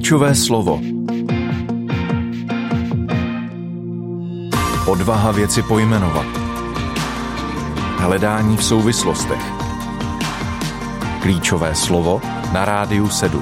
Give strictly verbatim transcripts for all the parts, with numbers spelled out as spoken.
Klíčové slovo. Odvaha věci pojmenovat. Hledání v souvislostech. Klíčové slovo na Rádiu sedm.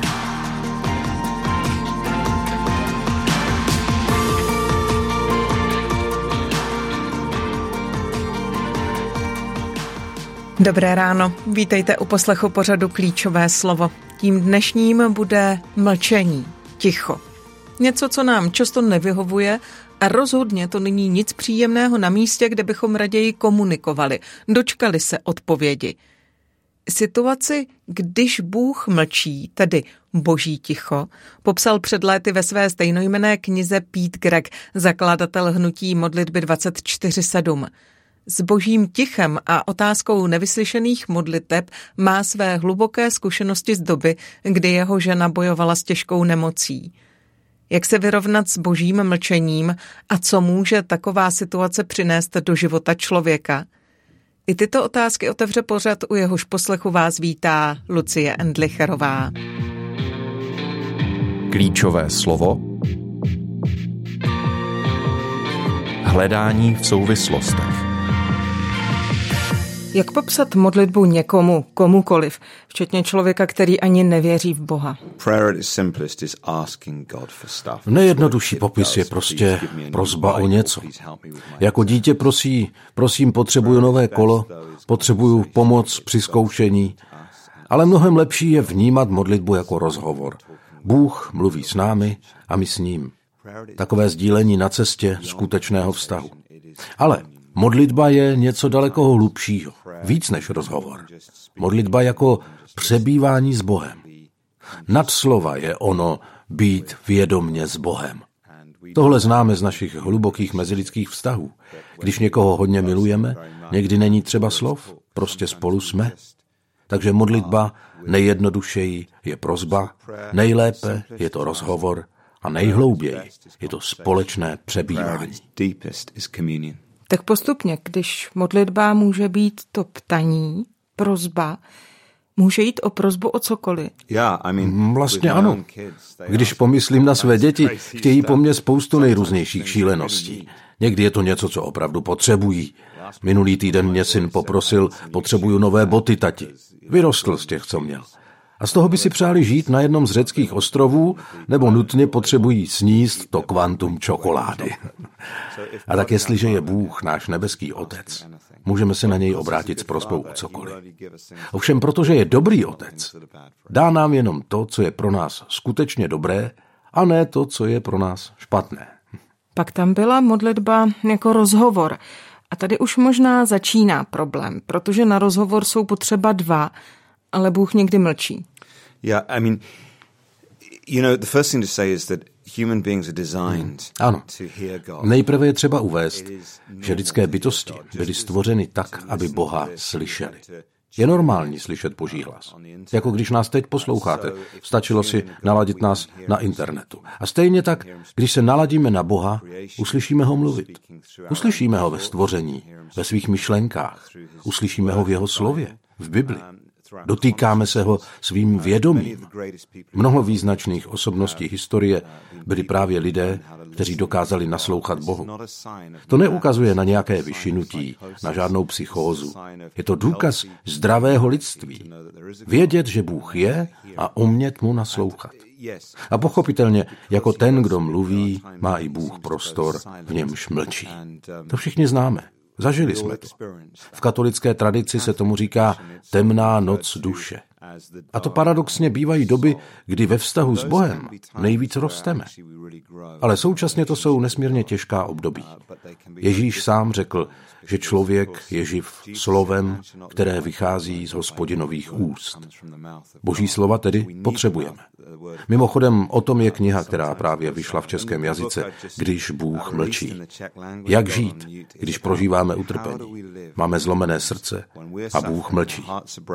Dobré ráno, vítejte u poslechu pořadu Klíčové slovo. Tím dnešním bude mlčení, ticho. Něco, co nám často nevyhovuje a rozhodně to není nic příjemného na místě, kde bychom raději komunikovali, dočkali se odpovědi. Situaci, když Bůh mlčí, tedy boží ticho, popsal před léty ve své stejnojmenné knize Pete Greig, zakladatel hnutí modlitby dvacet čtyři sedm. S božím tichem a otázkou nevyslyšených modliteb má své hluboké zkušenosti z doby, kdy jeho žena bojovala s těžkou nemocí. Jak se vyrovnat s božím mlčením a co může taková situace přinést do života člověka? I tyto otázky otevře pořad, u jehož poslechu vás vítá Lucie Endlicherová. Klíčové slovo. Hledání v souvislostech. Jak popsat modlitbu někomu, komukoliv, včetně člověka, který ani nevěří v Boha? Nejjednodušší popis je prostě prosba o něco. Jako dítě prosí, prosím, potřebuju nové kolo, potřebuju pomoc při zkoušení, ale mnohem lepší je vnímat modlitbu jako rozhovor. Bůh mluví s námi a my s ním. Takové sdílení na cestě skutečného vztahu. Ale modlitba je něco daleko hlubšího, víc než rozhovor. Modlitba jako přebývání s Bohem. Nad slova je ono být vědomně s Bohem. Tohle známe z našich hlubokých mezilidských vztahů. Když někoho hodně milujeme, někdy není třeba slov, prostě spolu jsme. Takže modlitba nejjednodušeji je prosba, nejlépe je to rozhovor a nejhlouběji je to společné přebývání. Tak postupně, když modlitba může být to ptaní, prosba, může jít o prosbu o cokoliv. Vlastně ano. Když pomyslím na své děti, chtějí po mně spoustu nejrůznějších šíleností. Někdy je to něco, co opravdu potřebují. Minulý týden mě syn poprosil, potřebuju nové boty, tati. Vyrostl z těch, co měl. A z toho by si přáli žít na jednom z řeckých ostrovů, nebo nutně potřebují sníst to kvantum čokolády. A tak jestliže je Bůh náš nebeský otec, můžeme se na něj obrátit s prosbou o cokoliv. Ovšem, protože je dobrý otec, dá nám jenom to, co je pro nás skutečně dobré, a ne to, co je pro nás špatné. Pak tam byla modlitba jako rozhovor. A tady už možná začíná problém, protože na rozhovor jsou potřeba dva, ale Bůh někdy mlčí. Yeah, I mean, you know, the first thing to say is that human beings are designed ano. to hear God. Nejprve je třeba uvést, že lidské bytosti byly stvořeny tak, aby Boha slyšeli. Je normální slyšet Boží hlas. Jako když nás teď posloucháte, stačilo si naladit nás na internetu. A stejně tak, když se naladíme na Boha, uslyšíme ho mluvit. Uslyšíme ho ve stvoření, ve svých myšlenkách. Uslyšíme ho v jeho slově, v Bibli. Dotýkáme se ho svým vědomím. Mnoho význačných osobností historie byli právě lidé, kteří dokázali naslouchat Bohu. To neukazuje na nějaké vyšinutí, na žádnou psychózu. Je to důkaz zdravého lidství. Vědět, že Bůh je a umět mu naslouchat. A pochopitelně, jako ten, kdo mluví, má i Bůh prostor, v němž mlčí. To všichni známe. Zažili jsme to. V katolické tradici se tomu říká temná noc duše. A to paradoxně bývají doby, kdy ve vztahu s Bohem nejvíc rosteme. Ale současně to jsou nesmírně těžká období. Ježíš sám řekl, že člověk je živ slovem, které vychází z Hospodinových úst. Boží slova tedy potřebujeme. Mimochodem, o tom je kniha, která právě vyšla v českém jazyce, Když Bůh mlčí. Jak žít, když prožíváme utrpení? Máme zlomené srdce a Bůh mlčí.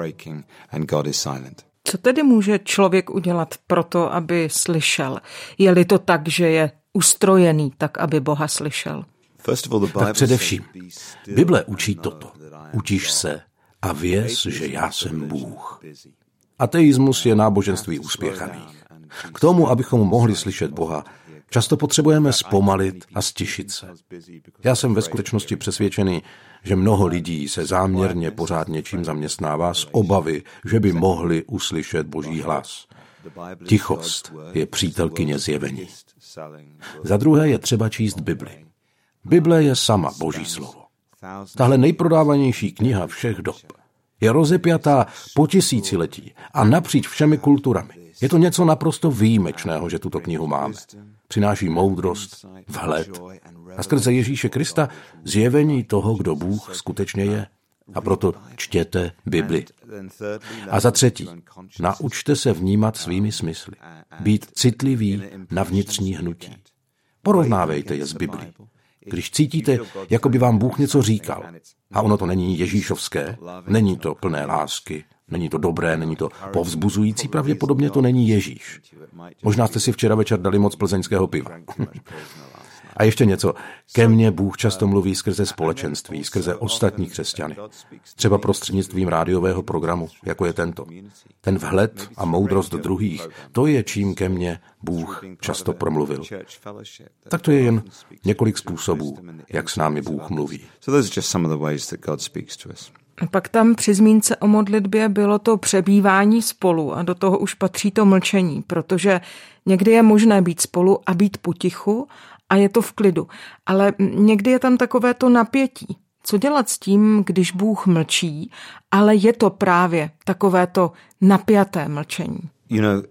Co tedy může člověk udělat proto, aby slyšel? Je-li to tak, že je ustrojený tak, aby Boha slyšel? Tak především, Bible učí toto. Utíš se a věz, že já jsem Bůh. Ateismus je náboženství uspěchaných. K tomu, abychom mohli slyšet Boha, často potřebujeme zpomalit a stišit se. Já jsem ve skutečnosti přesvědčený, že mnoho lidí se záměrně pořád něčím zaměstnává z obavy, že by mohli uslyšet Boží hlas. Tichost je přítelkyně zjevení. Za druhé je třeba číst Bibli. Bible je sama Boží slovo. Tahle nejprodávanější kniha všech dob je rozepjatá po tisíciletí a napříč všemi kulturami. Je to něco naprosto výjimečného, že tuto knihu máme. Přináší moudrost, vhled a skrze Ježíše Krista zjevení toho, kdo Bůh skutečně je. A proto čtěte Bibli. A za třetí, naučte se vnímat svými smysly. Být citlivý na vnitřní hnutí. Porovnávejte je s Biblí. Když cítíte, jako by vám Bůh něco říkal, a ono to není ježíšovské, není to plné lásky, není to dobré, není to povzbuzující, pravděpodobně to není Ježíš. Možná jste si včera večer dali moc plzeňského piva. A ještě něco. Ke mně Bůh často mluví skrze společenství, skrze ostatní křesťany. Třeba prostřednictvím rádiového programu, jako je tento. Ten vhled a moudrost druhých, to je, čím ke mně Bůh často promluvil. Tak to je jen několik způsobů, jak s námi Bůh mluví. A pak tam při zmínce o modlitbě bylo to přebývání spolu a do toho už patří to mlčení, protože někdy je možné být spolu a být potichu a je to v klidu. Ale někdy je tam takové to napětí. Co dělat s tím, když Bůh mlčí, ale je to právě takové to napjaté mlčení? You know, uh,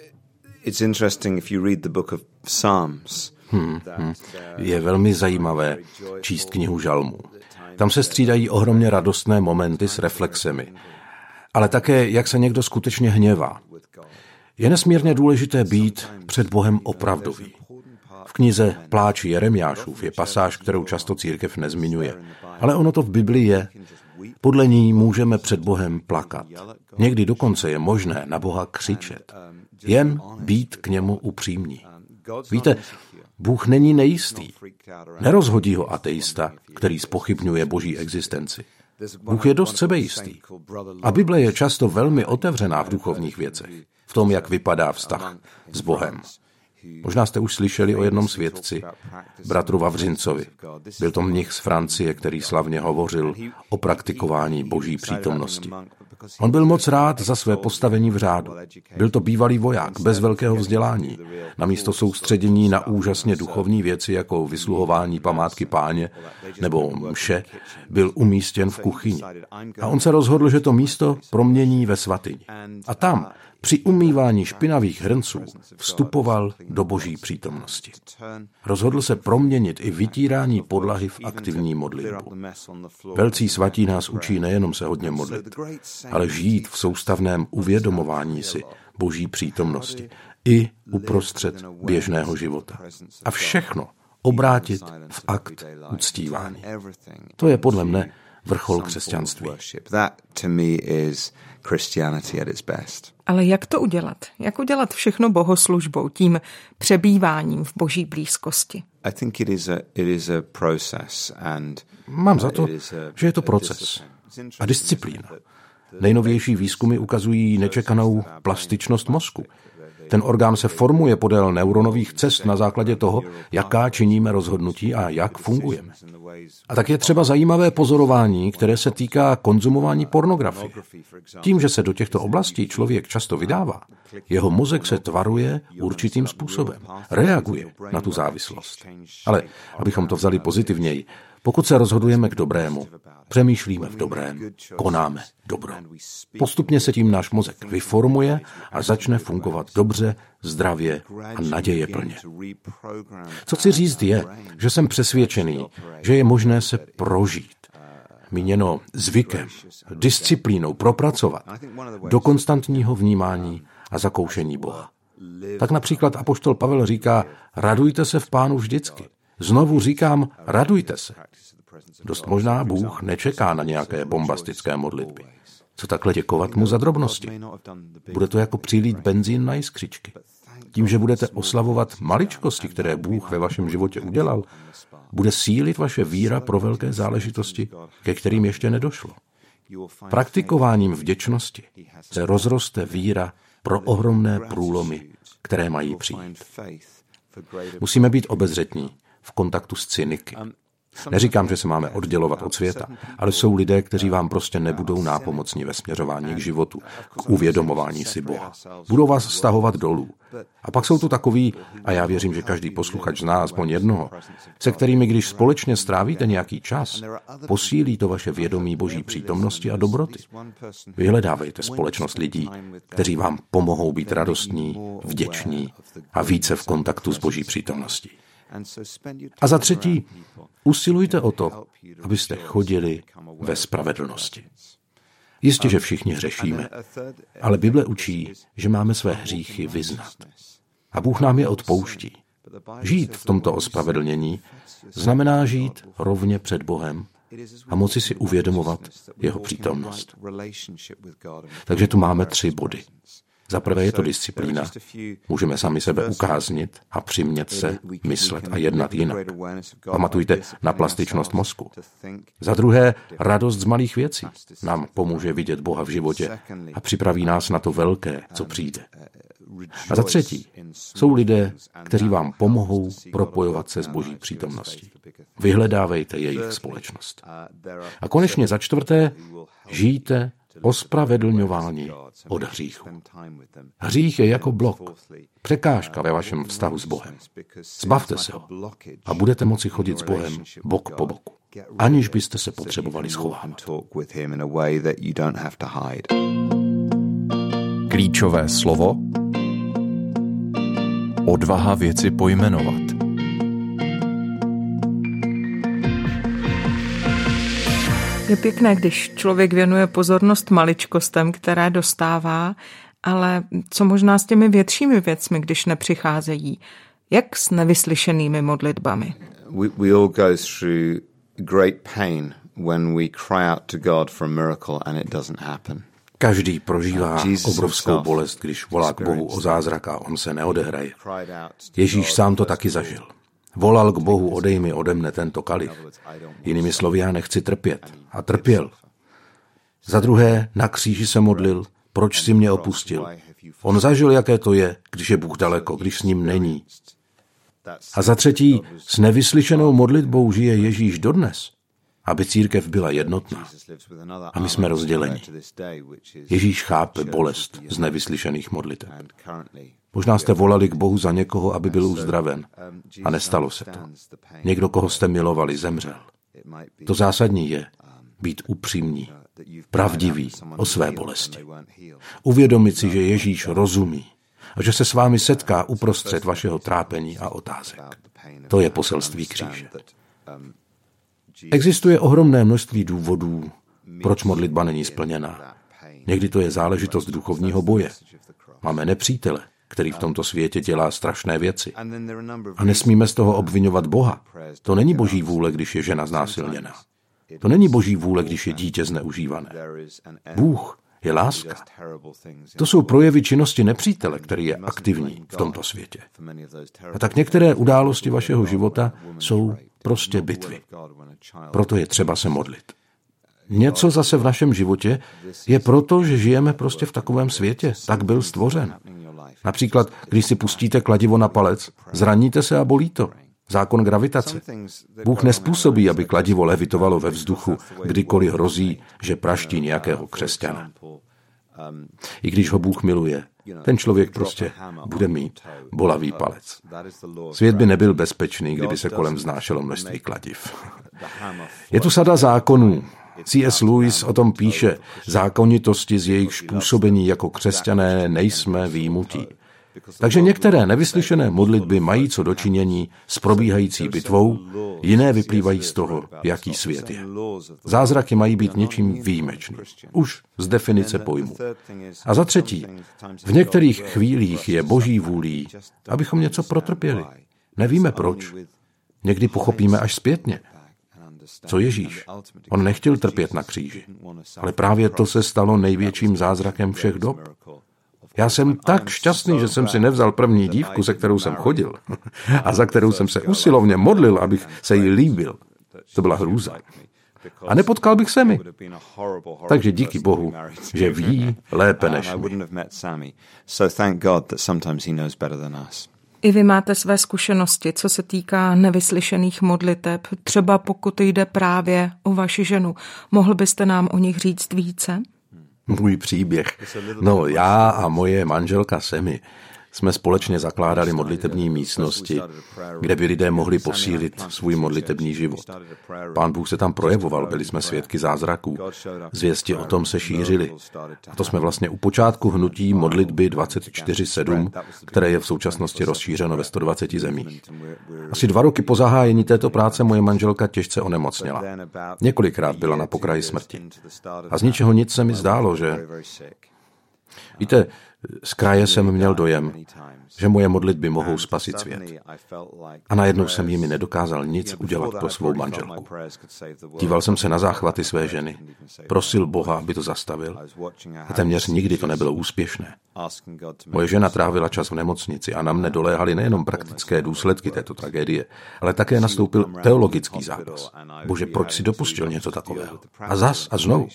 it's interesting if you read the book of Psalms. Hmm, hmm. Je velmi zajímavé číst knihu Žalmů. Tam se střídají ohromně radostné momenty s reflexemi, ale také, jak se někdo skutečně hněvá. Je nesmírně důležité být před Bohem opravdový. V knize Pláč Jeremiášův je pasáž, kterou často církev nezmiňuje, ale ono to v Bibli je. Podle ní můžeme před Bohem plakat. Někdy dokonce je možné na Boha křičet. Jen být k němu upřímní. Víte, Bůh není nejistý. Nerozhodí ho ateista, který zpochybňuje Boží existenci. Bůh je dost sebejistý. A Bible je často velmi otevřená v duchovních věcech, v tom, jak vypadá vztah s Bohem. Možná jste už slyšeli o jednom svědci, bratru Vavřincovi. Byl to mnich z Francie, který slavně hovořil o praktikování Boží přítomnosti. On byl moc rád za své postavení v řádu. Byl to bývalý voják, bez velkého vzdělání. Namísto soustředění na úžasně duchovní věci, jako vysluhování památky Páně nebo mše, byl umístěn v kuchyni. A on se rozhodl, že to místo promění ve svatyni. A tam, při umývání špinavých hrnců, vstupoval do Boží přítomnosti. Rozhodl se proměnit i vytírání podlahy v aktivní modlitbu. Velcí svatí nás učí nejenom se hodně modlit, ale žít v soustavném uvědomování si Boží přítomnosti i uprostřed běžného života. A všechno obrátit v akt uctívání. To je podle mne vrchol křesťanství. Ale jak to udělat? Jak udělat všechno bohoslužbou, tím přebýváním v Boží blízkosti? Mám za to, že je to proces a disciplína. Nejnovější výzkumy ukazují nečekanou plastičnost mozku. Ten orgán se formuje podél neuronových cest na základě toho, jaká činíme rozhodnutí a jak fungujeme. A tak je třeba zajímavé pozorování, které se týká konzumování pornografie. Tím, že se do těchto oblastí člověk často vydává, jeho mozek se tvaruje určitým způsobem, reaguje na tu závislost. Ale abychom to vzali pozitivněji, pokud se rozhodujeme k dobrému, přemýšlíme v dobrém, konáme dobro. Postupně se tím náš mozek vyformuje a začne fungovat dobře, zdravě a nadějeplně. Co chci říct je, že jsem přesvědčený, že je možné se prožít, míněno zvykem, disciplínou propracovat do konstantního vnímání a zakoušení Boha. Tak například apoštol Pavel říká, radujte se v Pánu vždycky. Znovu říkám, radujte se. Dost možná Bůh nečeká na nějaké bombastické modlitby. Co takhle děkovat mu za drobnosti? Bude to jako přilít benzín na jiskřičky. Tím, že budete oslavovat maličkosti, které Bůh ve vašem životě udělal, bude sílit vaše víra pro velké záležitosti, ke kterým ještě nedošlo. Praktikováním vděčnosti se rozroste víra pro ohromné průlomy, které mají přijít. Musíme být obezřetní v kontaktu s cyniky. Neříkám, že se máme oddělovat od světa, ale jsou lidé, kteří vám prostě nebudou nápomocní ve směřování k životu, k uvědomování si Boha. Budou vás stahovat dolů. A pak jsou tu takoví, a já věřím, že každý posluchač zná aspoň jednoho, se kterými, když společně strávíte nějaký čas, posílí to vaše vědomí Boží přítomnosti a dobroty. Vyhledávejte společnost lidí, kteří vám pomohou být radostní, vděční a více v kontaktu s Boží přítomností. A za třetí, usilujte o to, abyste chodili ve spravedlnosti. Jistě, že všichni hřešíme, ale Bible učí, že máme své hříchy vyznat. A Bůh nám je odpouští. Žít v tomto ospravedlnění znamená žít rovně před Bohem a moci si uvědomovat jeho přítomnost. Takže tu máme tři body. Za prvé je to disciplína. Můžeme sami sebe ukáznit a přimět se, myslet a jednat jinak. Pamatujte na plastičnost mozku. Za druhé, radost z malých věcí nám pomůže vidět Boha v životě a připraví nás na to velké, co přijde. A za třetí, jsou lidé, kteří vám pomohou propojovat se s Boží přítomností. Vyhledávejte jejich společnost. A konečně za čtvrté, žijte ospravedlňování od hříchu. Hřích je jako blok, překážka ve vašem vztahu s Bohem. Zbavte se ho a budete moci chodit s Bohem bok po boku, aniž byste se potřebovali schovávat. Klíčové slovo. Odvaha věci pojmenovat. Je pěkné, když člověk věnuje pozornost maličkostem, které dostává, ale co možná s těmi většími věcmi, když nepřicházejí? Jak s nevyslyšenými modlitbami? We, we all go through great pain when we cry out to God for a miracle and it doesn't happen. Každý prožívá obrovskou bolest, když volá k Bohu o zázrak a on se neodehraje. Ježíš sám to taky zažil. Volal k Bohu, odej mi ode mne tento kalich. Jinými slovy, já nechci trpět. A trpěl. Za druhé, na kříži se modlil, proč si mě opustil. On zažil, jaké to je, když je Bůh daleko, když s ním není. A za třetí, s nevyslyšenou modlitbou žije Ježíš dodnes, aby církev byla jednotná. A my jsme rozděleni. Ježíš chápe bolest z nevyslyšených modlitev. Možná jste volali k Bohu za někoho, aby byl uzdraven. A nestalo se to. Někdo, koho jste milovali, zemřel. To zásadní je být upřímní, pravdivý o své bolesti. Uvědomit si, že Ježíš rozumí a že se s vámi setká uprostřed vašeho trápení a otázek. To je poselství kříže. Existuje ohromné množství důvodů, proč modlitba není splněná. Někdy to je záležitost duchovního boje. Máme nepřítele, který v tomto světě dělá strašné věci. A nesmíme z toho obvinovat Boha. To není Boží vůle, když je žena znásilněná. To není Boží vůle, když je dítě zneužívané. Bůh je láska. To jsou projevy činnosti nepřítele, který je aktivní v tomto světě. A tak některé události vašeho života jsou prostě bitvy. Proto je třeba se modlit. Něco zase v našem životě je proto, že žijeme prostě v takovém světě. Tak byl stvořen. Například, když si pustíte kladivo na palec, zraníte se a bolí to. Zákon gravitace. Bůh nespůsobí, aby kladivo levitovalo ve vzduchu, kdykoliv hrozí, že praští nějakého křesťana. I když ho Bůh miluje, ten člověk prostě bude mít bolavý palec. Svět by nebyl bezpečný, kdyby se kolem vznášelo množství kladiv. Je tu sada zákonů. C S Lewis o tom píše, zákonitosti z jejich způsobení jako křesťané nejsme výjimutí. Takže některé nevyslyšené modlitby mají co dočinění s probíhající bitvou, jiné vyplývají z toho, jaký svět je. Zázraky mají být něčím výjimečným. Už z definice pojmu. A za třetí, v některých chvílích je Boží vůlí, abychom něco protrpěli. Nevíme proč. Někdy pochopíme až zpětně. Co Ježíš? On nechtěl trpět na kříži. Ale právě to se stalo největším zázrakem všech dob. Já jsem tak šťastný, že jsem si nevzal první dívku, se kterou jsem chodil a za kterou jsem se usilovně modlil, abych se jí líbil. To byla hrůza. a nepotkal bych Sammy. Takže díky Bohu, že ví lépe než my. I vy máte své zkušenosti, co se týká nevyslyšených modliteb, třeba pokud jde právě o vaši ženu. Mohl byste nám o nich říct více? Můj příběh. No, já a moje manželka Sammy jsme společně zakládali modlitební místnosti, kde by lidé mohli posílit svůj modlitební život. Pán Bůh se tam projevoval, byli jsme svědky zázraků. Zvěsti o tom se šířily. A to jsme vlastně u počátku hnutí modlitby dvacet čtyři sedm, které je v současnosti rozšířeno ve sto dvaceti zemích. Asi dva roky po zahájení této práce moje manželka těžce onemocněla. Několikrát byla na pokraji smrti. A z ničeho nic se mi zdálo, že... Víte, z kraje jsem měl dojem, že moje modlitby mohou spasit svět. A najednou jsem jimi nedokázal nic udělat pro svou manželku. Díval jsem se na záchvaty své ženy, prosil Boha, aby to zastavil, a téměř nikdy to nebylo úspěšné. Moje žena trávila čas v nemocnici a na mne doléhaly nejenom praktické důsledky této tragédie, ale také nastoupil teologický zápas. Bože, proč si dopustil něco takového? A zas a znovu.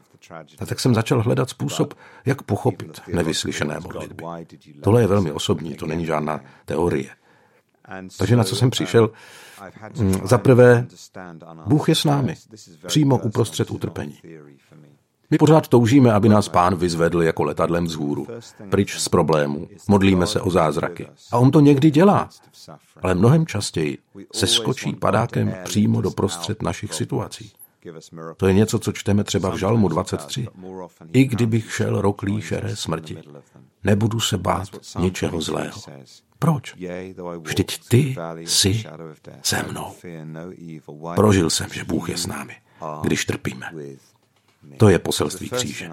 A tak jsem začal hledat způsob, jak pochopit nevyslyšené modlitby. Tohle je velmi osobní, to není žádná teorie. Takže na co jsem přišel? Za prvé, Bůh je s námi, přímo uprostřed utrpení. My pořád toužíme, aby nás Pán vyzvedl jako letadlem vzhůru, pryč z problémů, modlíme se o zázraky. A on to někdy dělá, ale mnohem častěji se skočí padákem přímo do prostřed našich situací. To je něco, co čteme třeba v Žalmu dvacet tři. I kdybych šel roklí šeré smrti, nebudu se bát ničeho zlého. Proč? Vždyť ty jsi se mnou. Prožil jsem, že Bůh je s námi, když trpíme. To je poselství kříže.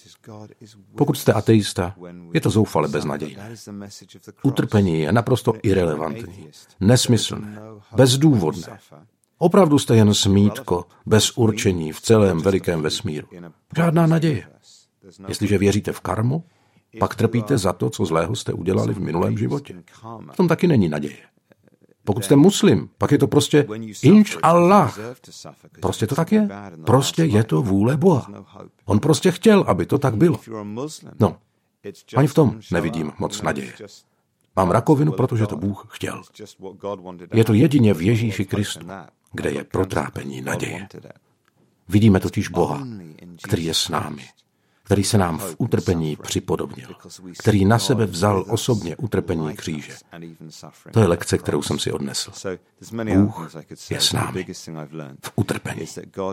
Pokud jste ateista, je to zoufale beznadějné. Utrpení je naprosto irelevantní, nesmyslné, bezdůvodné. Opravdu jste jen smítko, bez určení v celém velikém vesmíru. Žádná naděje. Jestliže věříte v karmu, pak trpíte za to, co zlého jste udělali v minulém životě. V tom taky není naděje. Pokud jste muslim, pak je to prostě inš Allah. Prostě to tak je. Prostě je to vůle Boha. On prostě chtěl, aby to tak bylo. No, ani v tom nevidím moc naděje. Mám rakovinu, protože to Bůh chtěl. Je to jedině v Ježíši Kristu, kde je protrápení naděje. Vidíme totiž Boha, který je s námi, který se nám v utrpení připodobnil, který na sebe vzal osobně utrpení kříže. To je lekce, kterou jsem si odnesl. Bůh je s námi v utrpení.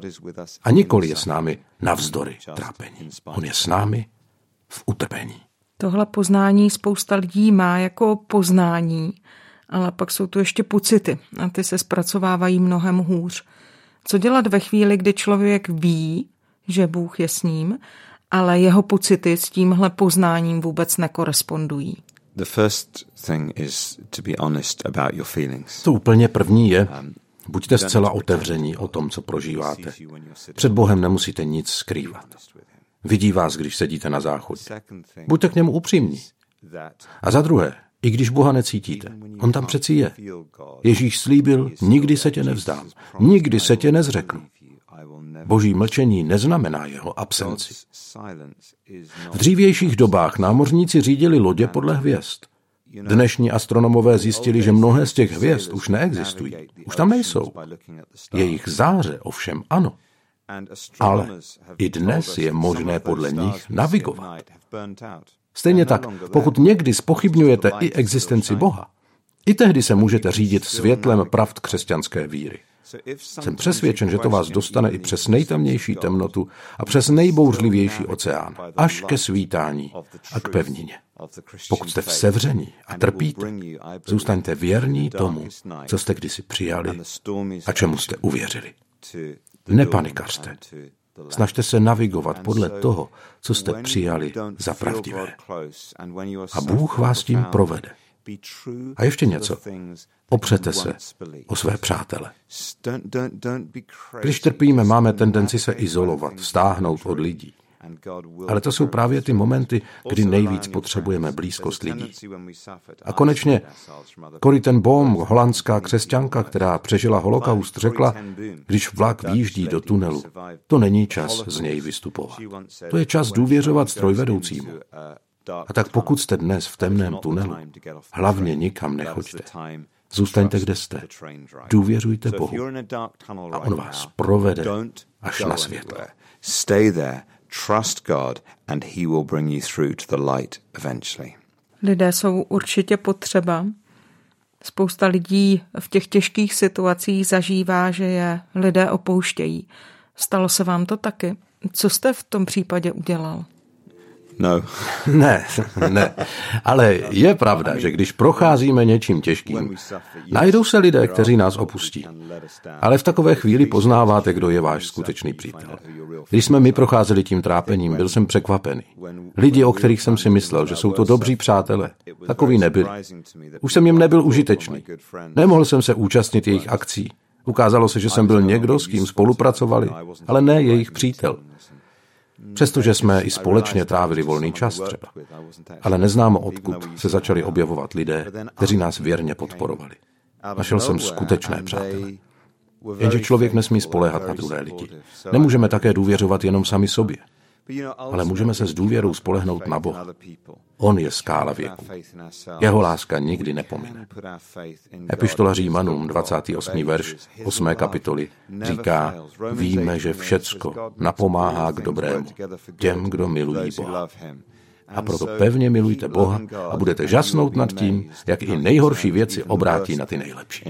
A nikoli je s námi navzdory trápení. On je s námi v utrpení. Tohle poznání spousta lidí má jako poznání, ale pak jsou tu ještě pocity a ty se zpracovávají mnohem hůř. Co dělat ve chvíli, kdy člověk ví, že Bůh je s ním, ale jeho pocity s tímhle poznáním vůbec nekorespondují? The first thing is to be honest about your feelings. To úplně první je, buďte zcela otevření o tom, co prožíváte. Před Bohem nemusíte nic skrývat. Vidí vás, když sedíte na záchodě. Buďte k němu upřímní. A za druhé, i když Boha necítíte, on tam přeci je. Ježíš slíbil, nikdy se tě nevzdám, nikdy se tě nezřeknu. Boží mlčení neznamená jeho absenci. V dřívějších dobách námořníci řídili lodě podle hvězd. Dnešní astronomové zjistili, že mnohé z těch hvězd už neexistují. Už tam nejsou. Jejich záře ovšem ano. Ale i dnes je možné podle nich navigovat. Stejně tak, pokud někdy zpochybňujete i existenci Boha, i tehdy se můžete řídit světlem pravd křesťanské víry. Jsem přesvědčen, že to vás dostane i přes nejtemnější temnotu a přes nejbouřlivější oceán, až ke svítání a k pevnině. Pokud jste v sevření a trpíte, zůstaňte věrní tomu, co jste kdysi přijali a čemu jste uvěřili. Nepanikařte. Snažte se navigovat podle toho, co jste přijali za pravdivé. A Bůh vás tím provede. A ještě něco. Opřete se o své přátele. Když trpíme, máme tendenci se izolovat, stáhnout od lidí. Ale to jsou právě ty momenty, kdy nejvíc potřebujeme blízkost lidí. A konečně Corrie ten Boom, holandská křesťanka, která přežila holokaust, řekla, když vlak výjíždí do tunelu, to není čas z něj vystupovat. To je čas důvěřovat strojvedoucímu. A tak pokud jste dnes v temném tunelu, hlavně nikam nechoďte. Zůstaňte, kde jste. Důvěřujte Bohu a on vás provede až na světlo. Stay there, trust God, and he will bring you through to the light eventually. Lidé jsou určitě potřeba. Spousta lidí v těch těžkých situacích zažívá, že je lidé opouštějí. Stalo se vám to taky? Co jste v tom případě udělal? No. Ne, ne. Ale je pravda, že když procházíme něčím těžkým, najdou se lidé, kteří nás opustí. Ale v takové chvíli poznáváte, kdo je váš skutečný přítel. Když jsme my procházeli tím trápením, byl jsem překvapený. Lidi, o kterých jsem si myslel, že jsou to dobří přátelé, takoví nebyli. Už jsem jim nebyl užitečný. Nemohl jsem se účastnit jejich akcí. Ukázalo se, že jsem byl někdo, s kým spolupracovali, ale ne jejich přítel. Přestože jsme i společně trávili volný čas třeba. Ale neznám, odkud se začali objevovat lidé, kteří nás věrně podporovali. Našel jsem skutečné přátele. Jenže člověk nesmí spoléhat na druhé lidi. Nemůžeme také důvěřovat jenom sami sobě. Ale můžeme se s důvěrou spolehnout na Boha. On je skála věku. Jeho láska nikdy nepomine. Epištola Římanům, dvacátý osmý verš, osmé kapitoly, říká, víme, že všecko napomáhá k dobrému, těm, kdo milují Boha. A proto pevně milujte Boha a budete žasnout nad tím, jak i nejhorší věci obrátí na ty nejlepší.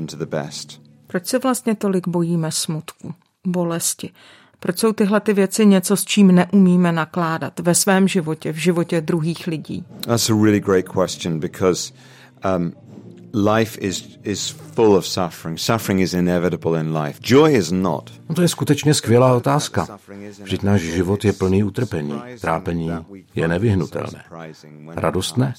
Proč se vlastně tolik bojíme smutku, bolesti? Proč jsou tyhle ty věci něco, s čím neumíme nakládat ve svém životě, v životě druhých lidí? That's a really great question because um, life is is full of suffering. Suffering is inevitable in life. Joy is not. No to je skutečně skvělá otázka. Vždyť náš život je plný utrpení. Trápení je nevyhnutelné. Radost ne.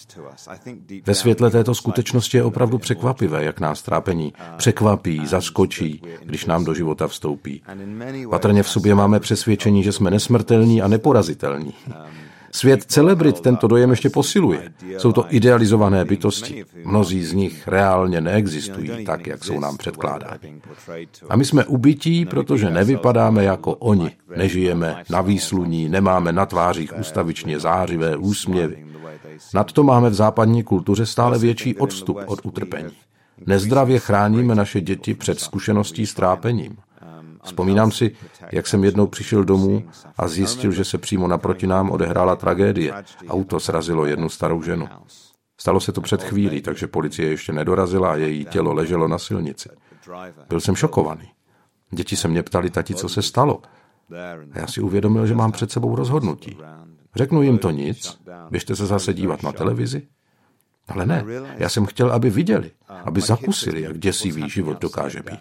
Ve světle této skutečnosti je opravdu překvapivé, jak nás trápení překvapí, zaskočí, když nám do života vstoupí. Patrně v sobě máme přesvědčení, že jsme nesmrtelní a neporazitelní. Svět celebrit tento dojem ještě posiluje. Jsou to idealizované bytosti. Mnozí z nich reálně neexistují tak, jak jsou nám předkládáni. A my jsme ubití, protože nevypadáme jako oni. Nežijeme na výsluní, nemáme na tvářích ustavičně zářivé úsměvy. Nadto máme v západní kultuře stále větší odstup od utrpení. Nezdravě chráníme naše děti před zkušeností s trápením. Vzpomínám si, jak jsem jednou přišel domů a zjistil, že se přímo naproti nám odehrála tragédie. Auto srazilo jednu starou ženu. Stalo se to před chvílí, takže policie ještě nedorazila a její tělo leželo na silnici. Byl jsem šokovaný. Děti se mě ptali, tati, co se stalo. A já si uvědomil, že mám před sebou rozhodnutí. Řeknu jim to nic, běžte se zase dívat na televizi. Ale ne, já jsem chtěl, aby viděli, aby zakusili, jak děsivý život dokáže být.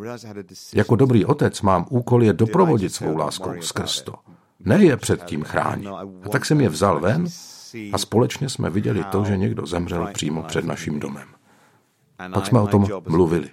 Jako dobrý otec mám úkol je doprovodit svou láskou skrz to. Ne je předtím chránit. A tak jsem je vzal ven a společně jsme viděli to, že někdo zemřel přímo před naším domem. Pak jsme o tom mluvili.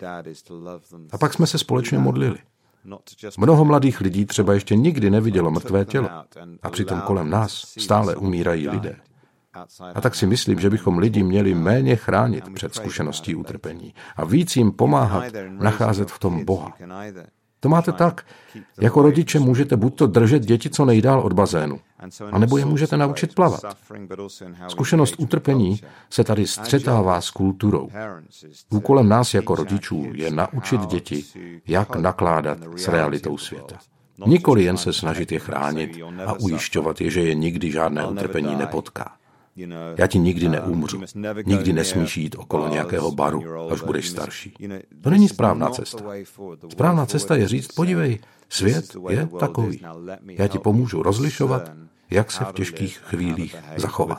A pak jsme se společně modlili. Mnoho mladých lidí třeba ještě nikdy nevidělo mrtvé tělo. A přitom kolem nás stále umírají lidé. A tak si myslím, že bychom lidi měli méně chránit před zkušeností utrpení a víc jim pomáhat nacházet v tom Boha. To máte tak, jako rodiče můžete buď to držet děti co nejdál od bazénu, anebo je můžete naučit plavat. Zkušenost utrpení se tady střetává s kulturou. Úkolem nás jako rodičů je naučit děti, jak nakládat s realitou světa. Nikoli jen se snažit je chránit a ujišťovat je, že je nikdy žádné utrpení nepotká. Já ti nikdy neumřu. Nikdy nesmíš jít okolo nějakého baru, až budeš starší. To není správná cesta. Správná cesta je říct, podívej, svět je takový. Já ti pomůžu rozlišovat, jak se v těžkých chvílích zachovat.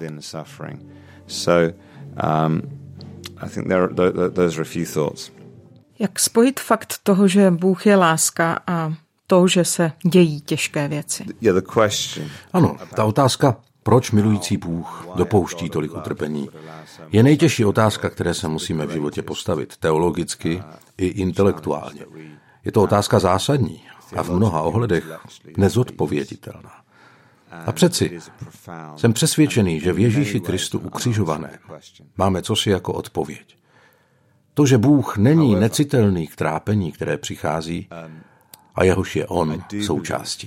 Jak spojit fakt toho, že Bůh je láska a to, že se dějí těžké věci? Ano, ta otázka, proč milující Bůh dopouští tolik utrpení, je nejtěžší otázka, které se musíme v životě postavit, teologicky i intelektuálně. Je to otázka zásadní a v mnoha ohledech nezodpověditelná. A přeci jsem přesvědčený, že v Ježíši Kristu ukřižovaném máme cosi jako odpověď. To, že Bůh není necitelný k trápení, které přichází, a jehož je on součástí.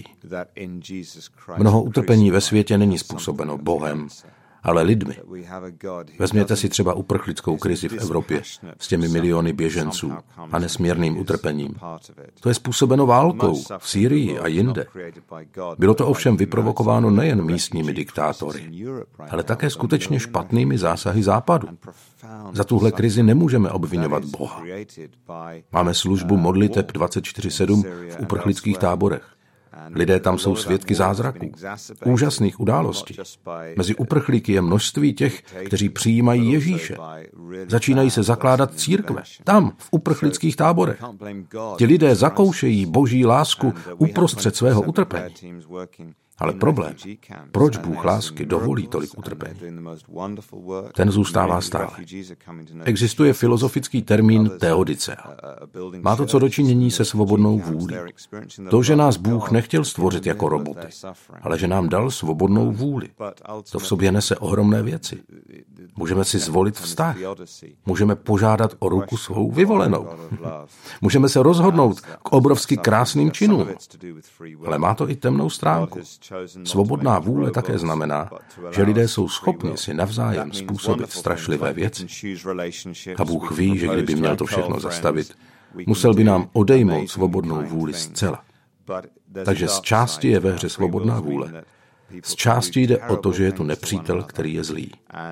Mnoho utrpení ve světě není způsobeno Bohem, ale lidmi. Vezměte si třeba uprchlickou krizi v Evropě s těmi miliony běženců a nesmírným utrpením. To je způsobeno válkou v Sýrii a jinde. Bylo to ovšem vyprovokováno nejen místními diktátory, ale také skutečně špatnými zásahy Západu. Za tuhle krizi nemůžeme obvinovat Boha. Máme službu modliteb dvacet čtyři sedm v uprchlických táborech. Lidé tam jsou svědky zázraků, úžasných událostí. Mezi uprchlíky je množství těch, kteří přijímají Ježíše. Začínají se zakládat církve, tam, v uprchlických táborech. Ti lidé zakoušejí boží lásku uprostřed svého utrpení. Ale problém, proč Bůh lásky dovolí tolik utrpení, ten zůstává stále. Existuje filozofický termín teodicea. Má to co dočinění se svobodnou vůlí. To, že nás Bůh nechtěl stvořit jako roboty, ale že nám dal svobodnou vůli. To v sobě nese ohromné věci. Můžeme si zvolit vztah. Můžeme požádat o ruku svou vyvolenou. Můžeme se rozhodnout k obrovsky krásným činům. Ale má to i temnou stránku. Svobodná vůle také znamená, že lidé jsou schopni si navzájem způsobit strašlivé věci. A Bůh ví, že kdyby měl to všechno zastavit, musel by nám odejmout svobodnou vůli zcela. Takže z části je ve hře svobodná vůle. Z části jde o to, že je tu nepřítel, který je zlý.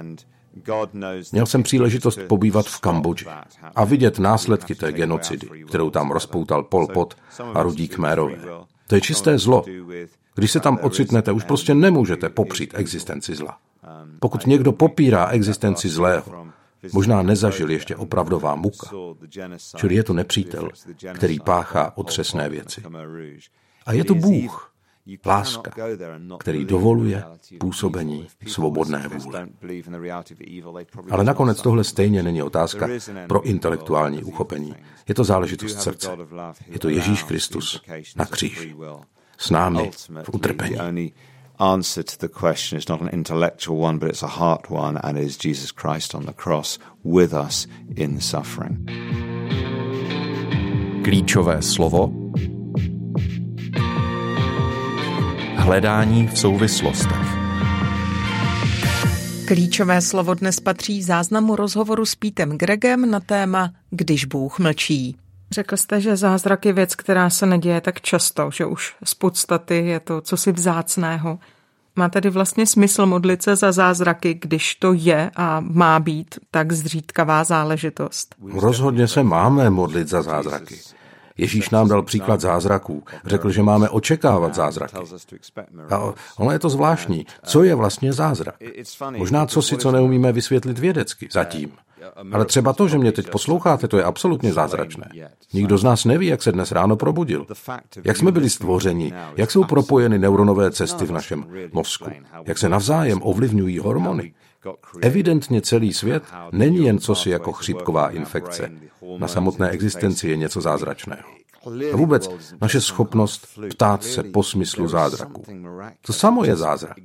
Měl jsem příležitost pobývat v Kambodži a vidět následky té genocidy, kterou tam rozpoutal Pol Pot a rudí Khmerové. To je čisté zlo. Když se tam ocitnete, už prostě nemůžete popřít existenci zla. Pokud někdo popírá existenci zlého, možná nezažil ještě opravdová muka. Čili je to nepřítel, který páchá otřesné věci. A je to Bůh, láska, který dovoluje působení svobodné vůle. Ale nakonec tohle stejně není otázka pro intelektuální uchopení. Je to záležitost srdce. Je to Ježíš Kristus na kříži. S námi v utrpení. Answer to the question is not an intellectual one, but it's a heart one, and it is Jesus Christ on the cross with us in the suffering. Klíčové slovo. Hledání v souvislostech. Klíčové slovo dnes patří záznamu rozhovoru s Petem Greggem na téma Když Bůh mlčí. Řekl jste, že zázrak je věc, která se neděje tak často, že už z podstaty je to cosi vzácného. Má tedy vlastně smysl modlit se za zázraky, když to je a má být tak zřídkavá záležitost? Rozhodně se máme modlit za zázraky. Ježíš nám dal příklad zázraků. Řekl, že máme očekávat zázraky. A ono je to zvláštní. Co je vlastně zázrak? Možná cosi, co neumíme vysvětlit vědecky zatím. Ale třeba to, že mě teď posloucháte, to je absolutně zázračné. Nikdo z nás neví, jak se dnes ráno probudil. Jak jsme byli stvořeni, jak jsou propojeny neuronové cesty v našem mozku, jak se navzájem ovlivňují hormony. Evidentně celý svět není jen cosi jako chřipková infekce. Na samotné existenci je něco zázračného. A vůbec naše schopnost ptát se po smyslu zázraku. To samo je zázrak.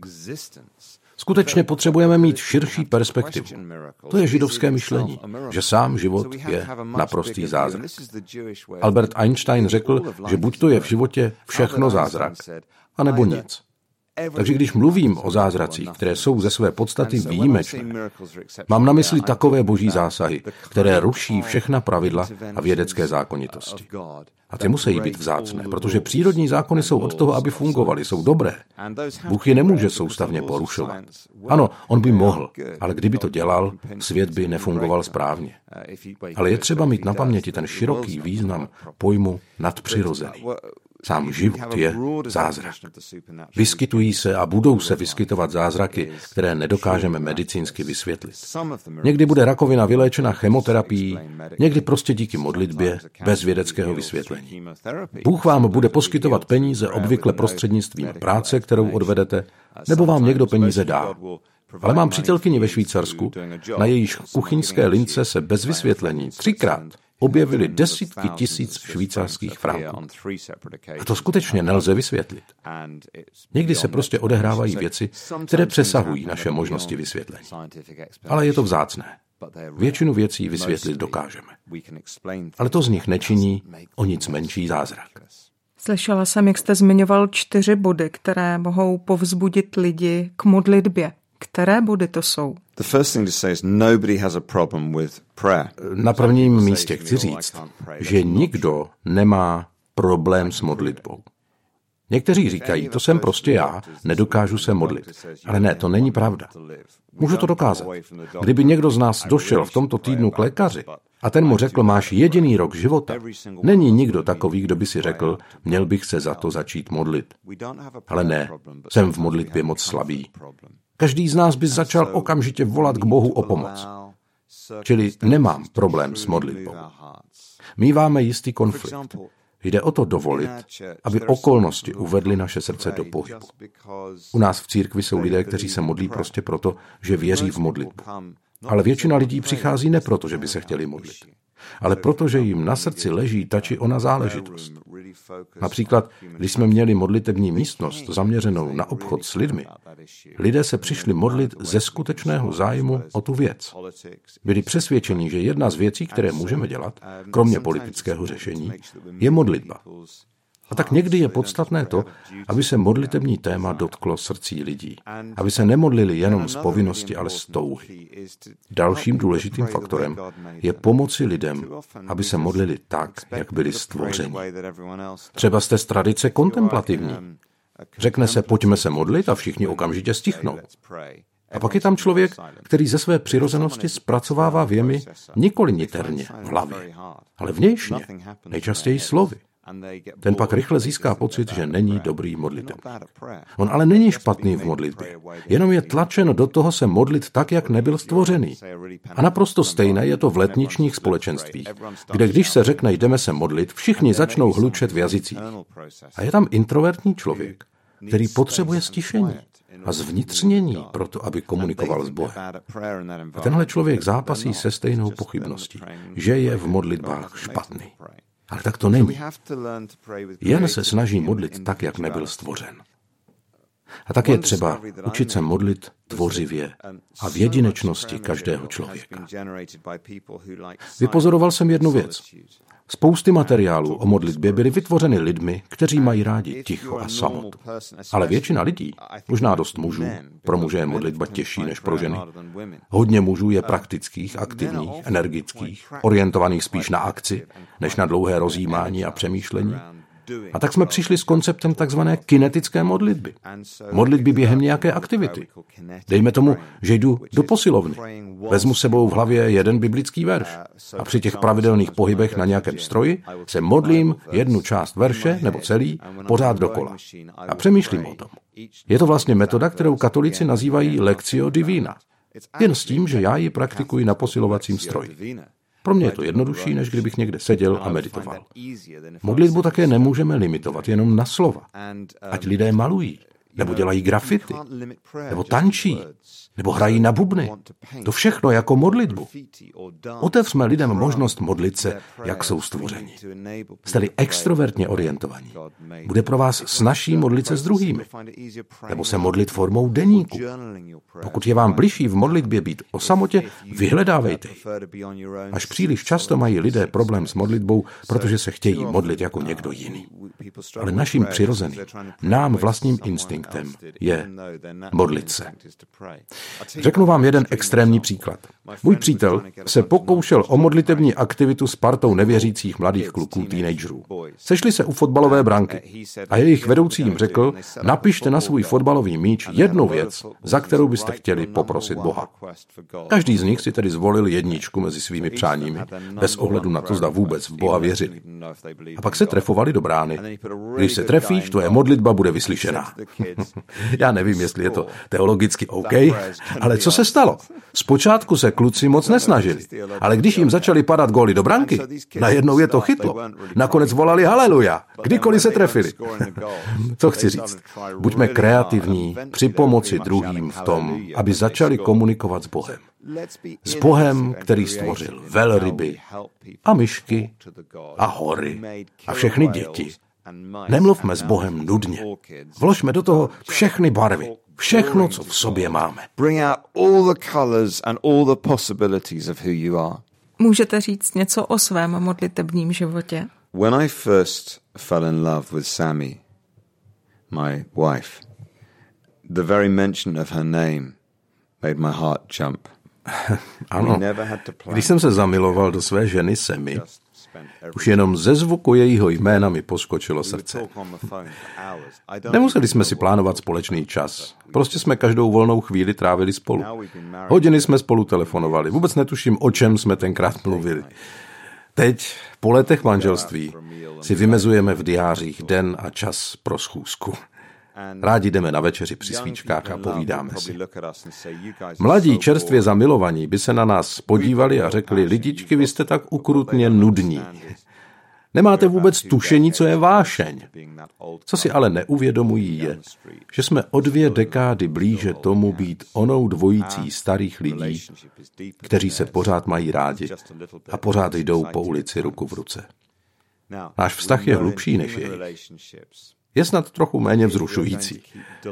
Skutečně potřebujeme mít širší perspektivu. To je židovské myšlení, že sám život je naprostý zázrak. Albert Einstein řekl, že buď to je v životě všechno zázrak, anebo nic. Takže když mluvím o zázracích, které jsou ze své podstaty výjimečné, mám na mysli takové boží zásahy, které ruší všechna pravidla a vědecké zákonitosti. A ty musí být vzácné, protože přírodní zákony jsou od toho, aby fungovaly, jsou dobré. Bůh je nemůže soustavně porušovat. Ano, on by mohl, ale kdyby to dělal, svět by nefungoval správně. Ale je třeba mít na paměti ten široký význam pojmu nadpřirozený. Sám život je zázrak. Vyskytují se a budou se vyskytovat zázraky, které nedokážeme medicínsky vysvětlit. Někdy bude rakovina vyléčena chemoterapií, někdy prostě díky modlitbě, bez vědeckého vysvětlení. Bůh vám bude poskytovat peníze obvykle prostřednictvím práce, kterou odvedete, nebo vám někdo peníze dá. Ale mám přítelkyni ve Švýcarsku, na jejíž kuchyňské lince se bez vysvětlení třikrát objevily desítky tisíc švýcarských franků. A to skutečně nelze vysvětlit. Někdy se prostě odehrávají věci, které přesahují naše možnosti vysvětlení. Ale je to vzácné. Většinu věcí vysvětlit dokážeme. Ale to z nich nečiní o nic menší zázrak. Slyšela jsem, jak jste zmiňoval čtyři body, které mohou povzbudit lidi k modlitbě. Které body to jsou? Na prvním místě chci říct, že nikdo nemá problém s modlitbou. Někteří říkají, to jsem prostě já, nedokážu se modlit. Ale ne, to není pravda. Můžu to dokázat. Kdyby někdo z nás došel v tomto týdnu k lékaři a ten mu řekl, máš jediný rok života, není nikdo takový, kdo by si řekl, měl bych se za to začít modlit. Ale ne, jsem v modlitbě moc slabý. Každý z nás by začal okamžitě volat k Bohu o pomoc. Čili nemám problém s modlitbou. Míváme jistý konflikt. Jde o to dovolit, aby okolnosti uvedly naše srdce do pohybu. U nás v církvi jsou lidé, kteří se modlí prostě proto, že věří v modlitbu. Ale většina lidí přichází ne proto, že by se chtěli modlit, ale proto, že jim na srdci leží ta či ona záležitost. Například, když jsme měli modlitební místnost zaměřenou na obchod s lidmi, lidé se přišli modlit ze skutečného zájmu o tu věc. Byli přesvědčeni, že jedna z věcí, které můžeme dělat, kromě politického řešení, je modlitba. A tak někdy je podstatné to, aby se modlitební téma dotklo srdcí lidí. Aby se nemodlili jenom z povinnosti, ale z touhy. Dalším důležitým faktorem je pomoci lidem, aby se modlili tak, jak byli stvořeni. Třeba jste z tradice kontemplativní. Řekne se, pojďme se modlit a všichni okamžitě stichnou. A pak je tam člověk, který ze své přirozenosti zpracovává věmy nikoli niterně v hlavě, ale vnějšně, nejčastěji slovy. Ten pak rychle získá pocit, že není dobrý modlitebník. On ale není špatný v modlitbě, jenom je tlačen do toho se modlit tak, jak nebyl stvořený. A naprosto stejné je to v letničních společenstvích, kde když se řekne jdeme se modlit, všichni začnou hlučet v jazycích. A je tam introvertní člověk, který potřebuje stišení a zvnitřnění proto, aby komunikoval s Bohem. A tenhle člověk zápasí se stejnou pochybností, že je v modlitbách špatný. Ale tak to není. Jen se snaží modlit tak, jak nebyl stvořen. A tak je třeba učit se modlit tvořivě a v jedinečnosti každého člověka. Vypozoroval jsem jednu věc. Spousty materiálů o modlitbě byly vytvořeny lidmi, kteří mají rádi ticho a samotu. Ale většina lidí, možná dost mužů, pro muže je modlitba těžší než pro ženy. Hodně mužů je praktických, aktivních, energických, orientovaných spíš na akci, než na dlouhé rozjímání a přemýšlení. A tak jsme přišli s konceptem takzvané kinetické modlitby. Modlitby během nějaké aktivity. Dejme tomu, že jdu do posilovny. Vezmu sebou v hlavě jeden biblický verš a při těch pravidelných pohybech na nějakém stroji se modlím jednu část verše nebo celý pořád dokola. A přemýšlím o tom. Je to vlastně metoda, kterou katolíci nazývají Lectio Divina. Jen s tím, že já ji praktikuji na posilovacím stroji. Pro mě je to jednodušší, než kdybych někde seděl a meditoval. Modlitbu také nemůžeme limitovat jenom na slova. Ať lidé malují, nebo dělají grafity, nebo tančí, nebo hrají na bubny. To všechno jako modlitbu. Otevřme lidem možnost modlit se, jak jsou stvořeni. Jste-li extrovertně orientovaní, bude pro vás snazší modlit se s druhými, nebo se modlit formou deníku. Pokud je vám bližší v modlitbě být o samotě, vyhledávejte ji. Až příliš často mají lidé problém s modlitbou, protože se chtějí modlit jako někdo jiný. Ale naším přirozeným, nám vlastním instinktem je modlit se. Řeknu vám jeden extrémní příklad. Můj přítel se pokoušel o modlitební aktivitu s partou nevěřících mladých kluků, teenagerů. Sešli se u fotbalové branky a jejich vedoucí jim řekl, napište na svůj fotbalový míč jednu věc, za kterou byste chtěli poprosit Boha. Každý z nich si tedy zvolil jedničku mezi svými přáními, bez ohledu na to, zda vůbec v Boha věřili. A pak se trefovali do brány. Když se trefíš, tvoje modlitba bude vyslyšená. Já nevím, jestli je to teologicky OK, ale co se stalo? Zpočátku se kluci moc nesnažili, ale když jim začali padat góly do branky, najednou je to chytlo. Nakonec volali haleluja, kdykoliv se trefili. Co chci říct? Buďme kreativní při pomoci druhým v tom, aby začali komunikovat s Bohem. S Bohem, který stvořil velryby a myšky a hory a všechny děti. Nemluvme s Bohem nudně. Vložme do toho všechny barvy, všechno, co v sobě máme. Můžete říct něco o svém modlitebním životě? When I first fell in love with Sammy, my wife, the very mention of her name made my heart jump. Ano, když jsem se zamiloval do své ženy Sammy, už jenom ze zvuku jejího jména mi poskočilo srdce. Nemuseli jsme si plánovat společný čas. Prostě jsme každou volnou chvíli trávili spolu. Hodiny jsme spolu telefonovali. Vůbec netuším, o čem jsme tenkrát mluvili. Teď, po letech manželství, si vymezujeme v diářích den a čas pro schůzku. Rádi jdeme na večeři při svíčkách a povídáme si. Mladí čerstvě zamilovaní by se na nás podívali a řekli, lidičky, vy jste tak ukrutně nudní. Nemáte vůbec tušení, co je vášeň. Co si ale neuvědomují je, že jsme o dvě dekády blíže tomu být onou dvojicí starých lidí, kteří se pořád mají rádi a pořád jdou po ulici ruku v ruce. Náš vztah je hlubší než jejich. Je snad trochu méně vzrušující.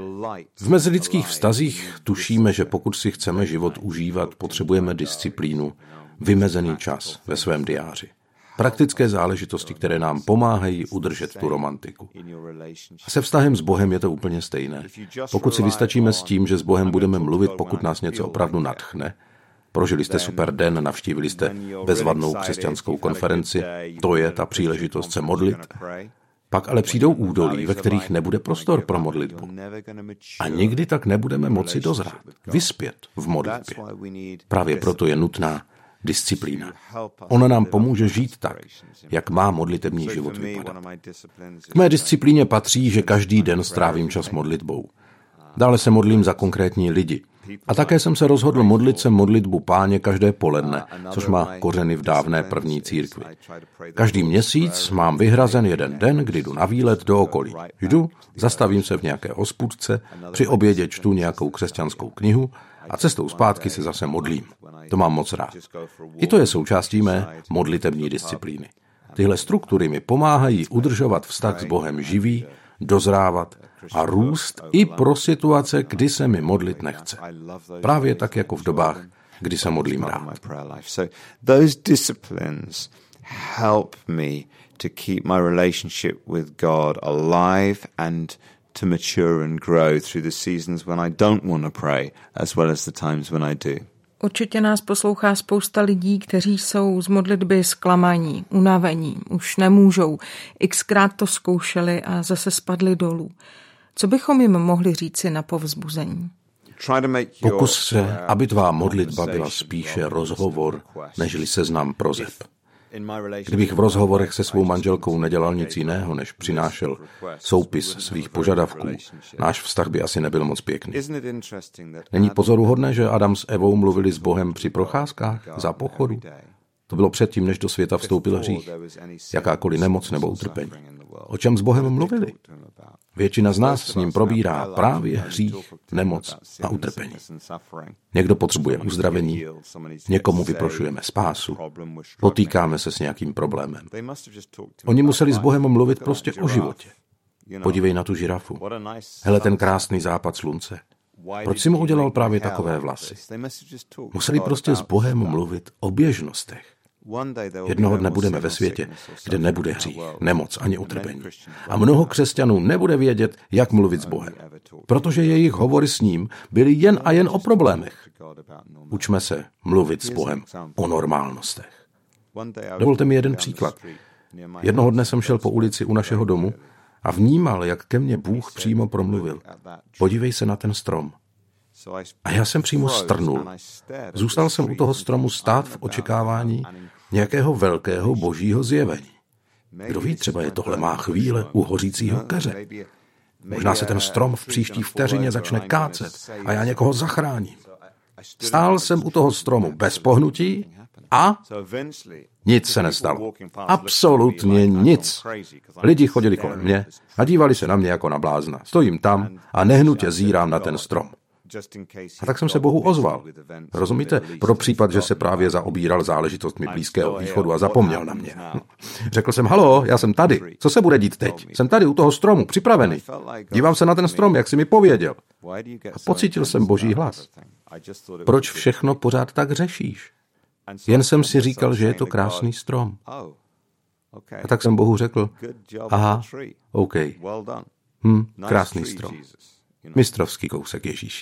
V mezilidských vztazích tušíme, že pokud si chceme život užívat, potřebujeme disciplínu, vymezený čas ve svém diáři. Praktické záležitosti, které nám pomáhají udržet tu romantiku. A se vztahem s Bohem je to úplně stejné. Pokud si vystačíme s tím, že s Bohem budeme mluvit, pokud nás něco opravdu nadchne, prožili jste super den, navštívili jste bezvadnou křesťanskou konferenci, to je ta příležitost se modlit. Pak ale přijdou údolí, ve kterých nebude prostor pro modlitbu. A nikdy tak nebudeme moci dozrát, vyspět v modlitbě. Právě proto je nutná disciplína. Ona nám pomůže žít tak, jak má modlitební život vypadat. K mé disciplíně patří, že každý den strávím čas modlitbou. Dále se modlím za konkrétní lidi. A také jsem se rozhodl modlit se modlitbu Páně každé poledne, což má kořeny v dávné první církvi. Každý měsíc mám vyhrazen jeden den, kdy jdu na výlet do okolí. Jdu, zastavím se v nějaké hospůdce, při obědě čtu nějakou křesťanskou knihu a cestou zpátky se zase modlím. To mám moc rád. I to je součástí mé modlitební disciplíny. Tyhle struktury mi pomáhají udržovat vztah s Bohem živý, dozrávat a růst i pro situace, kdy se mi modlit nechce. Právě tak jako v dobách, kdy se modlím rád. So those disciplines help me to keep my relationship with God alive and to mature and grow through the seasons when I don't want to pray as well as the times when I do. Určitě nás poslouchá spousta lidí, kteří jsou z modlitby zklamaní, unavení, už nemůžou. Xkrát to zkoušeli a zase spadli dolů. Co bychom jim mohli říci na povzbuzení? Pokus se, aby tvá modlitba byla spíše rozhovor, nežli seznam proseb. Kdybych v rozhovorech se svou manželkou nedělal nic jiného, než přinášel soupis svých požadavků, náš vztah by asi nebyl moc pěkný. Není pozoruhodné, že Adam s Evou mluvili s Bohem při procházkách za pochodu? To bylo předtím, než do světa vstoupil hřích. Jakákoliv nemoc nebo utrpení. O čem s Bohem mluvili? Většina z nás s ním probírá právě hřích, nemoc a utrpení. Někdo potřebuje uzdravení, někomu vyprošujeme spásu, potýkáme se s nějakým problémem. Oni museli s Bohem mluvit prostě o životě. Podívej na tu žirafu. Hele, ten krásný západ slunce. Proč si mu udělal právě takové vlasy? Museli prostě s Bohem mluvit o běžnostech. Jednoho dne budeme ve světě, kde nebude hřích, nemoc ani utrpení. A mnoho křesťanů nebude vědět, jak mluvit s Bohem, protože jejich hovory s ním byly jen a jen o problémech. Učme se mluvit s Bohem o normálnostech. Dovolte mi jeden příklad. Jednoho dne jsem šel po ulici u našeho domu a vnímal, jak ke mně Bůh přímo promluvil. Podívej se na ten strom. A já jsem přímo strnul. Zůstal jsem u toho stromu stát v očekávání nějakého velkého božího zjevení. Kdo ví, třeba je tohle má chvíle u hořícího keře. Možná se ten strom v příští vteřině začne kácet a já někoho zachráním. Stál jsem u toho stromu bez pohnutí a nic se nestalo. Absolutně nic. Lidi chodili kolem mě a dívali se na mě jako na blázna. Stojím tam a nehnutě zírám na ten strom. A tak jsem se Bohu ozval. Rozumíte? Pro případ, že se právě zaobíral záležitostmi Blízkého východu a zapomněl na mě. Řekl jsem, halo, já jsem tady. Co se bude dít teď? Jsem tady u toho stromu, připravený. Dívám se na ten strom, jak jsi mi pověděl. A pocítil jsem Boží hlas. Proč všechno pořád tak řešíš? Jen jsem si říkal, že je to krásný strom. A tak jsem Bohu řekl, aha, OK. Hm, krásný strom. Mistrovský kousek Ježíši.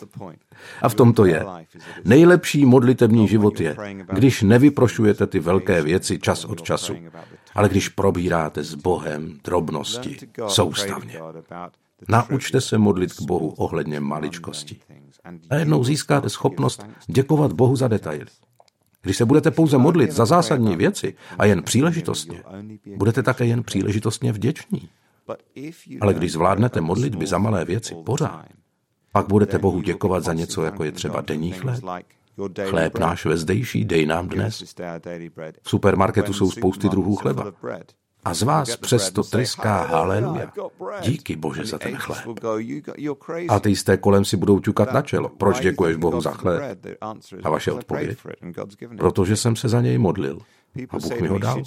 A v tom to je. Nejlepší modlitební život je, když nevyprošujete ty velké věci čas od času, ale když probíráte s Bohem drobnosti soustavně. Naučte se modlit k Bohu ohledně maličkostí. A jednou získáte schopnost děkovat Bohu za detaily. Když se budete pouze modlit za zásadní věci a jen příležitostně, budete také jen příležitostně vděční. Ale když zvládnete modlitby za malé věci pořád, pak budete Bohu děkovat za něco, jako je třeba denní chléb. Chléb náš vezdejší, dej nám dnes. V supermarketu jsou spousty druhů chleba. A z vás přesto tryská haleluja. Díky Bože za ten chléb. A ateisté kolem si budou ťukat na čelo. Proč děkuješ Bohu za chléb? A vaše odpověď? Protože jsem se za něj modlil. A Bůh mi ho dal.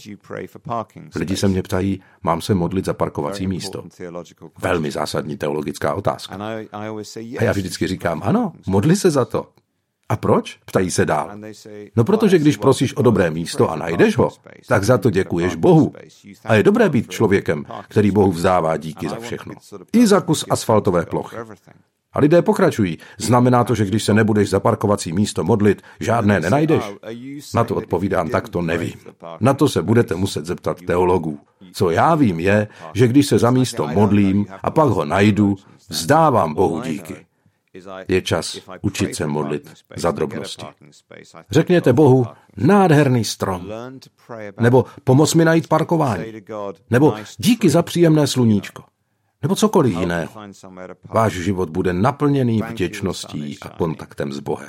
Lidi se mě ptají, mám se modlit za parkovací místo. Velmi zásadní teologická otázka. A já vždycky říkám, ano, modli se za to. A proč? Ptají se dál. No protože když prosíš o dobré místo a najdeš ho, tak za to děkuješ Bohu. A je dobré být člověkem, který Bohu vzdává díky za všechno. I za kus asfaltové plochy. A lidé pokračují. Znamená to, že když se nebudeš za parkovací místo modlit, žádné nenajdeš? Na to odpovídám, tak to nevím. Na to se budete muset zeptat teologů. Co já vím je, že když se za místo modlím a pak ho najdu, vzdávám Bohu díky. Je čas učit se modlit za drobnosti. Řekněte Bohu, nádherný strom. Nebo pomoz mi najít parkování. Nebo díky za příjemné sluníčko. Nebo cokoliv jiného. Váš život bude naplněný vděčností a kontaktem s Bohem.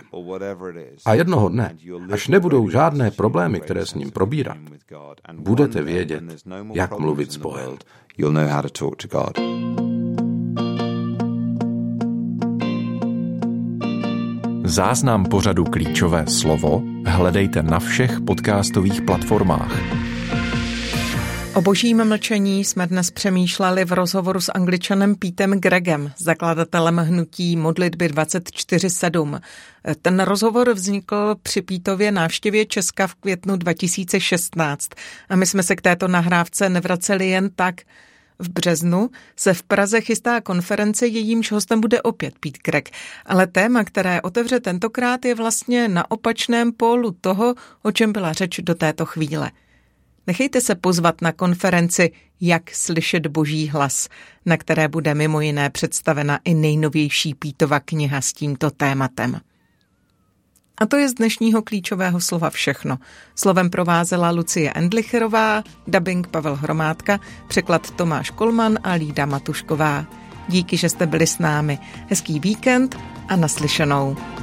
A jednoho dne, až nebudou žádné problémy, které s ním probírat, budete vědět, jak mluvit s Bohem. Záznam pořadu Klíčové slovo hledejte na všech podcastových platformách. O božím mlčení jsme dnes přemýšleli v rozhovoru s Angličanem Petem Greggem, zakladatelem hnutí Modlitby dvacet čtyři sedm. Ten rozhovor vznikl při Petově návštěvě Česka v květnu dva tisíce šestnáct a my jsme se k této nahrávce nevraceli jen tak. V březnu se v Praze chystá konference, jejímž hostem bude opět Pete Gregg, ale téma, které otevře tentokrát, je vlastně na opačném pólu toho, o čem byla řeč do této chvíle. Nechejte se pozvat na konferenci Jak slyšet Boží hlas, na které bude mimo jiné představena i nejnovější Petova kniha s tímto tématem. A to je z dnešního klíčového slova všechno. Slovem provázela Lucie Endlicherová, dabing Pavel Hromádka, překlad Tomáš Kolman a Lída Matušková. Díky, že jste byli s námi. Hezký víkend a naslyšenou.